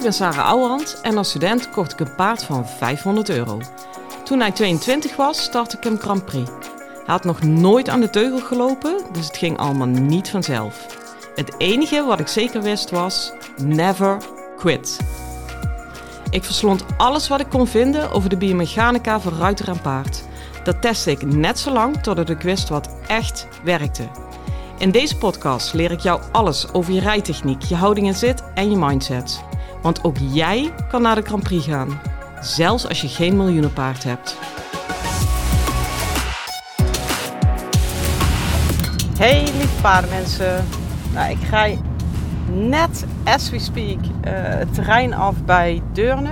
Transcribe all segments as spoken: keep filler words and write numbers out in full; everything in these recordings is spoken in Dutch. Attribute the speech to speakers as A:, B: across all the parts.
A: ben Sarah Ouwehand en als student kocht ik een paard van vijfhonderd euro. Toen hij tweeëntwintig was, startte ik hem Grand Prix. Hij had nog nooit aan de teugel gelopen, dus het ging allemaal niet vanzelf. Het enige wat ik zeker wist was, never quit. Ik verslond alles wat ik kon vinden over de biomechanica van ruiter en paard. Dat testte ik net zo lang totdat ik wist wat echt werkte. In deze podcast leer ik jou alles over je rijtechniek, je houding en zit en je mindset. Want ook jij kan naar de Grand Prix gaan, zelfs als je geen miljoenenpaard hebt.
B: Hey lieve paardenmensen, nou, ik rij net as we speak uh, het terrein af bij Deurne.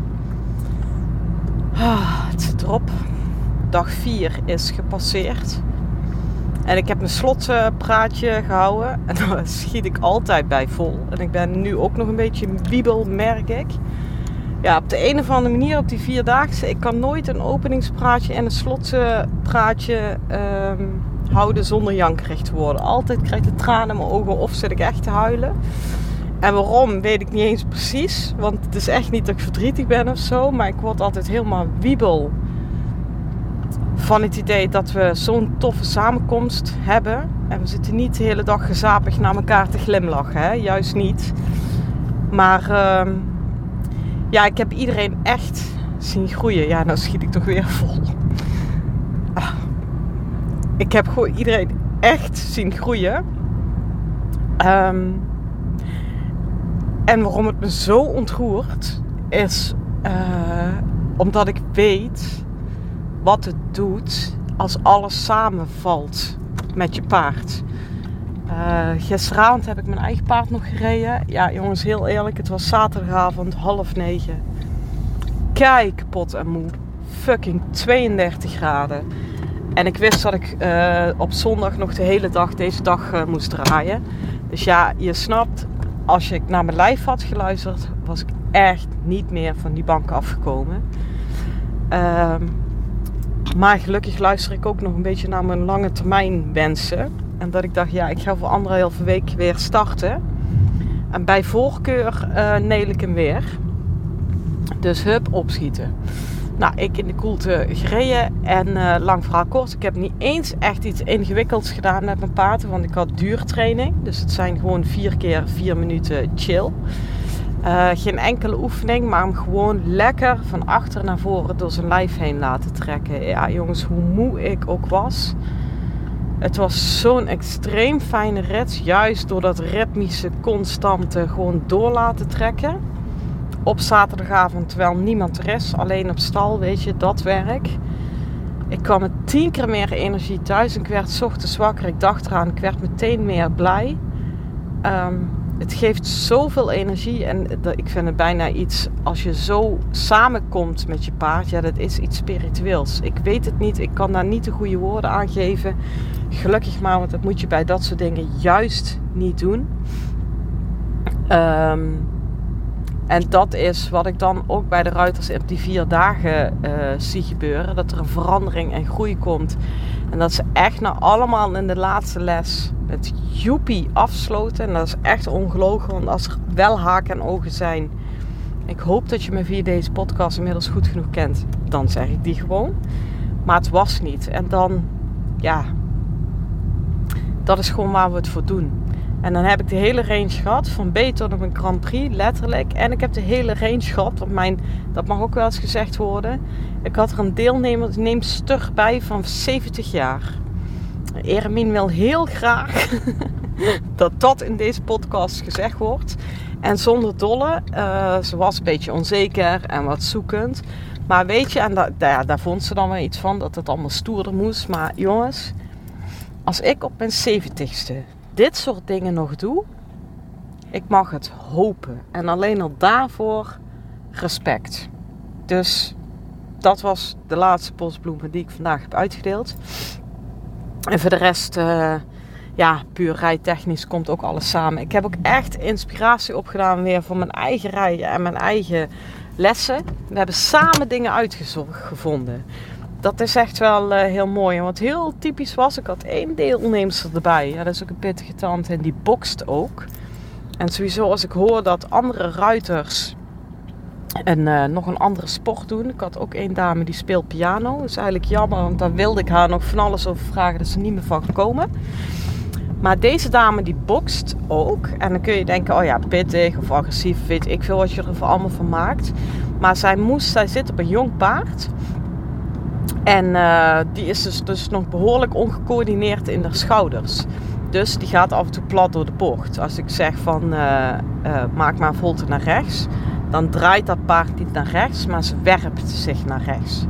B: Ah, het zit erop. Dag vier is gepasseerd. En ik heb mijn slotpraatje gehouden. En daar schiet ik altijd bij vol. En ik ben nu ook nog een beetje wiebel, merk ik. Ja, op de een of andere manier op die vierdaagse. Ik kan nooit een openingspraatje en een slotpraatje um, houden zonder jankerig te worden. Altijd krijg ik de tranen in mijn ogen of zit ik echt te huilen. En waarom weet ik niet eens precies. Want het is echt niet dat ik verdrietig ben of zo. Maar ik word altijd helemaal wiebel. Van het idee dat we zo'n toffe samenkomst hebben. En we zitten niet de hele dag gezapig naar elkaar te glimlachen. Hè? Juist niet. Maar uh, ja, ik heb iedereen echt zien groeien. Ja, nou schiet ik toch weer vol. Ah. Ik heb gewoon iedereen echt zien groeien. Um, en waarom het me zo ontroert is uh, omdat ik weet wat het doet als alles samenvalt met je paard. Uh, gisteravond heb ik mijn eigen paard nog gereden. Ja jongens, heel eerlijk, het was zaterdagavond half negen. Kei kapot en moe. Fucking tweeëndertig graden. En ik wist dat ik uh, op zondag nog de hele dag deze dag uh, moest draaien. Dus ja, je snapt, als ik naar mijn lijf had geluisterd, was ik echt niet meer van die bank afgekomen. Uh, Maar gelukkig luister ik ook nog een beetje naar mijn lange termijn wensen. En dat ik dacht, ja, ik ga voor anderhalve week weer starten. En bij voorkeur uh, neel ik hem weer. Dus hup, opschieten. Nou, ik in de koelte gereden. En uh, lang verhaal kort, ik heb niet eens echt iets ingewikkelds gedaan met mijn paarden. Want ik had duurtraining. Dus het zijn gewoon vier keer vier minuten chill. Uh, geen enkele oefening, maar hem gewoon lekker van achter naar voren door zijn lijf heen laten trekken. Ja jongens, hoe moe ik ook was. Het was zo'n extreem fijne rit. Juist door dat ritmische, constante gewoon door laten trekken. Op zaterdagavond, terwijl niemand er is. Alleen op stal, weet je, dat werk. Ik kwam met tien keer meer energie thuis. Ik werd 's ochtends wakker. Ik dacht eraan, ik werd meteen meer blij. Um, Het geeft zoveel energie en ik vind het bijna iets, als je zo samenkomt met je paard, ja, dat is iets spiritueels. Ik weet het niet, ik kan daar niet de goede woorden aan geven. Gelukkig maar, want dat moet je bij dat soort dingen juist niet doen. Um, en dat is wat ik dan ook bij de ruiters op die vier dagen uh, zie gebeuren. Dat er een verandering en groei komt. En dat ze echt nou allemaal in de laatste les met joepie afsloten. En dat is echt ongelogen, want als er wel haken en ogen zijn. Ik hoop dat je me via deze podcast inmiddels goed genoeg kent. Dan zeg ik die gewoon. Maar het was niet. En dan, ja, dat is gewoon waar we het voor doen. En dan heb ik de hele range gehad, van B tot op een Grand Prix, letterlijk. En ik heb de hele range gehad, want mijn, dat mag ook wel eens gezegd worden. Ik had er een deelneemster bij van zeventig jaar. Eremien wil heel graag dat dat in deze podcast gezegd wordt. En zonder dolle, uh, ze was een beetje onzeker en wat zoekend. Maar weet je, en da- da- daar vond ze dan wel iets van, dat het allemaal stoerder moest. Maar jongens, als ik op mijn zeventigste dit soort dingen nog doe, ik mag het hopen. En alleen al daarvoor respect. Dus dat was de laatste bosbloemen die ik vandaag heb uitgedeeld. En voor de rest, uh, ja, puur rijtechnisch komt ook alles samen. Ik heb ook echt inspiratie opgedaan weer voor mijn eigen rijden en mijn eigen lessen. We hebben samen dingen uitgevonden. Dat is echt wel uh, heel mooi. En wat heel typisch was, ik had één deelnemster erbij. Ja, dat is ook een pittige tante en die bokst ook. En sowieso als ik hoor dat andere ruiters En uh, nog een andere sport doen. Ik had ook één dame die speelt piano. Dat is eigenlijk jammer, want daar wilde ik haar nog van alles over vragen. Dat ze niet meer van gekomen. Maar deze dame die bokst ook. En dan kun je denken, oh ja, pittig of agressief. Weet ik veel wat je er allemaal van maakt. Maar zij moest, zij zit op een jong paard. En uh, die is dus, dus nog behoorlijk ongecoördineerd in haar schouders. Dus die gaat af en toe plat door de bocht. Als ik zeg van, uh, uh, maak maar een volte naar rechts. Dan draait dat paard niet naar rechts, maar ze werpt zich naar rechts.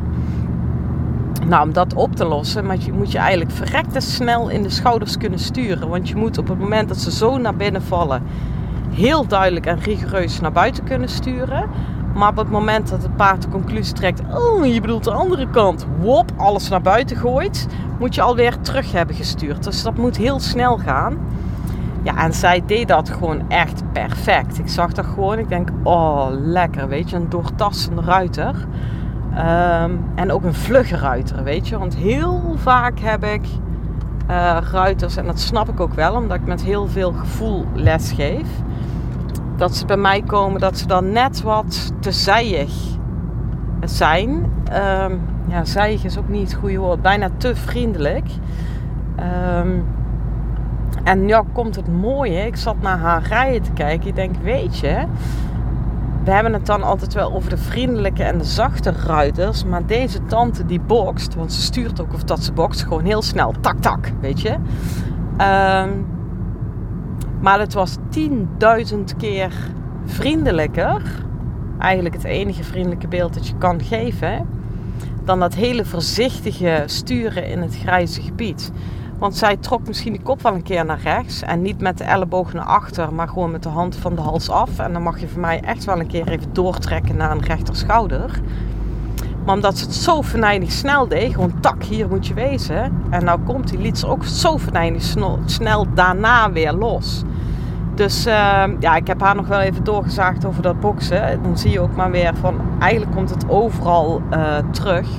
B: Nou, om dat op te lossen moet je eigenlijk verrekte snel in de schouders kunnen sturen. Want je moet op het moment dat ze zo naar binnen vallen, heel duidelijk en rigoureus naar buiten kunnen sturen. Maar op het moment dat het paard de conclusie trekt, oh, je bedoelt de andere kant, wop, alles naar buiten gooit, moet je alweer terug hebben gestuurd. Dus dat moet heel snel gaan. Ja, en zij deed dat gewoon echt perfect. Ik zag dat gewoon, ik denk, oh, lekker, weet je, een doortastende ruiter. Um, en ook een vlugge ruiter, weet je. Want heel vaak heb ik uh, ruiters, en dat snap ik ook wel, omdat ik met heel veel gevoel les geef. Dat ze bij mij komen, dat ze dan net wat te zijig zijn. Um, ja, zijig is ook niet het goede woord, bijna te vriendelijk. Um, en ja, komt het mooie. Ik zat naar haar rijden te kijken. Ik denk, weet je, we hebben het dan altijd wel over de vriendelijke en de zachte ruiters. Maar deze tante die bokst, want ze stuurt ook of dat ze bokst, gewoon heel snel. Tak, tak, weet je. Um, maar het was tienduizend keer vriendelijker. Eigenlijk het enige vriendelijke beeld dat je kan geven. Dan dat hele voorzichtige sturen in het grijze gebied. Want zij trok misschien de kop wel een keer naar rechts. En niet met de elleboog naar achter, maar gewoon met de hand van de hals af. En dan mag je voor mij echt wel een keer even doortrekken naar een rechterschouder. Maar omdat ze het zo venijnig snel deed, gewoon tak, hier moet je wezen. En nou komt die liet ze ook zo venijnig snel, snel daarna weer los. Dus uh, ja, ik heb haar nog wel even doorgezaagd over dat boksen. Dan zie je ook maar weer van, eigenlijk komt het overal uh, terug.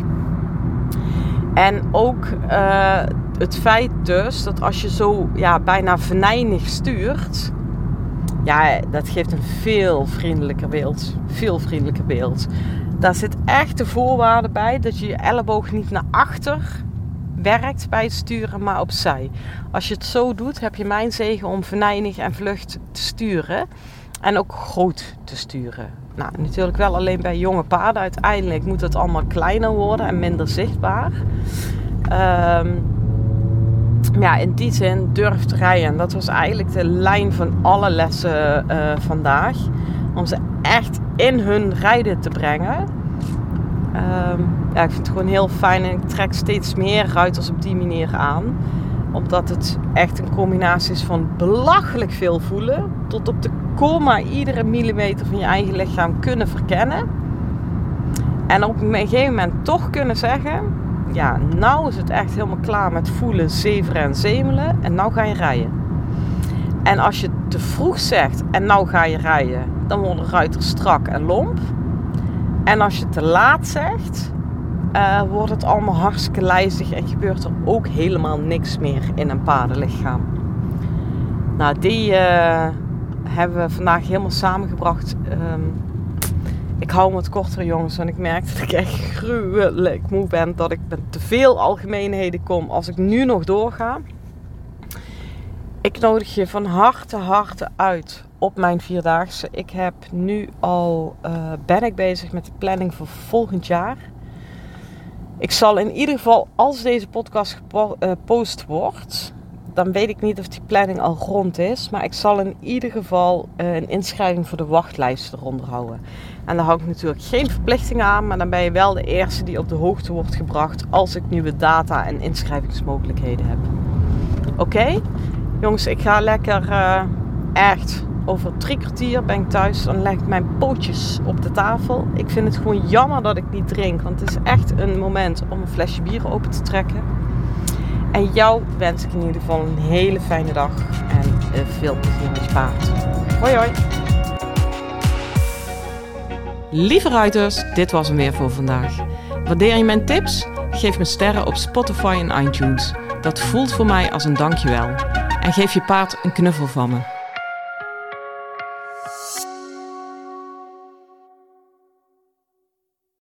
B: En ook uh, het feit dus dat als je zo ja, bijna venijnig stuurt, ja, dat geeft een veel vriendelijker beeld. Veel vriendelijker beeld. Daar zit echt de voorwaarde bij dat je je elleboog niet naar achter werkt bij het sturen, maar opzij. Als je het zo doet, heb je mijn zegen om venijnig en vlug te sturen. En ook groot te sturen. Nou, natuurlijk wel alleen bij jonge paarden. Uiteindelijk moet het allemaal kleiner worden en minder zichtbaar. Um, ja, in die zin durft rijden. Dat was eigenlijk de lijn van alle lessen uh, vandaag. Om ze echt in hun rijden te brengen. Um, ja, ik vind het gewoon heel fijn. En ik trek steeds meer ruiters op die manier aan. Omdat het echt een combinatie is van belachelijk veel voelen. Tot op de komma iedere millimeter van je eigen lichaam kunnen verkennen. En op een gegeven moment toch kunnen zeggen, ja, nou is het echt helemaal klaar met voelen, zeveren en zemelen. En nou ga je rijden. En als je te vroeg zegt, en nou ga je rijden, dan wordt een ruiter strak en lomp. En als je te laat zegt, uh, wordt het allemaal hartstikke lijzig en gebeurt er ook helemaal niks meer in een paardenlichaam. Nou, die uh, hebben we vandaag helemaal samengebracht. Um, ik hou me wat korter, jongens, want ik merk dat ik echt gruwelijk moe ben. Dat ik met te veel algemeenheden kom als ik nu nog doorga. Ik nodig je van harte, harte uit op mijn vierdaagse. Ik heb nu al, uh, ben ik bezig met de planning voor volgend jaar. Ik zal in ieder geval, als deze podcast gepost wordt, dan weet ik niet of die planning al rond is. Maar ik zal in ieder geval uh, een inschrijving voor de wachtlijst eronder houden. En daar hou ik natuurlijk geen verplichtingen aan. Maar dan ben je wel de eerste die op de hoogte wordt gebracht als ik nieuwe data en inschrijvingsmogelijkheden heb. Oké? Okay? Jongens, ik ga lekker uh, echt over drie kwartier ben ik thuis. Dan leg ik mijn pootjes op de tafel. Ik vind het gewoon jammer dat ik niet drink. Want het is echt een moment om een flesje bier open te trekken. En jou wens ik in ieder geval een hele fijne dag. En uh, veel plezier met je paard. Hoi hoi.
A: Lieve ruiters, dit was hem weer voor vandaag. Waardeer je mijn tips? Geef me sterren op Spotify en iTunes. Dat voelt voor mij als een dankjewel. En geef je paard een knuffel van me.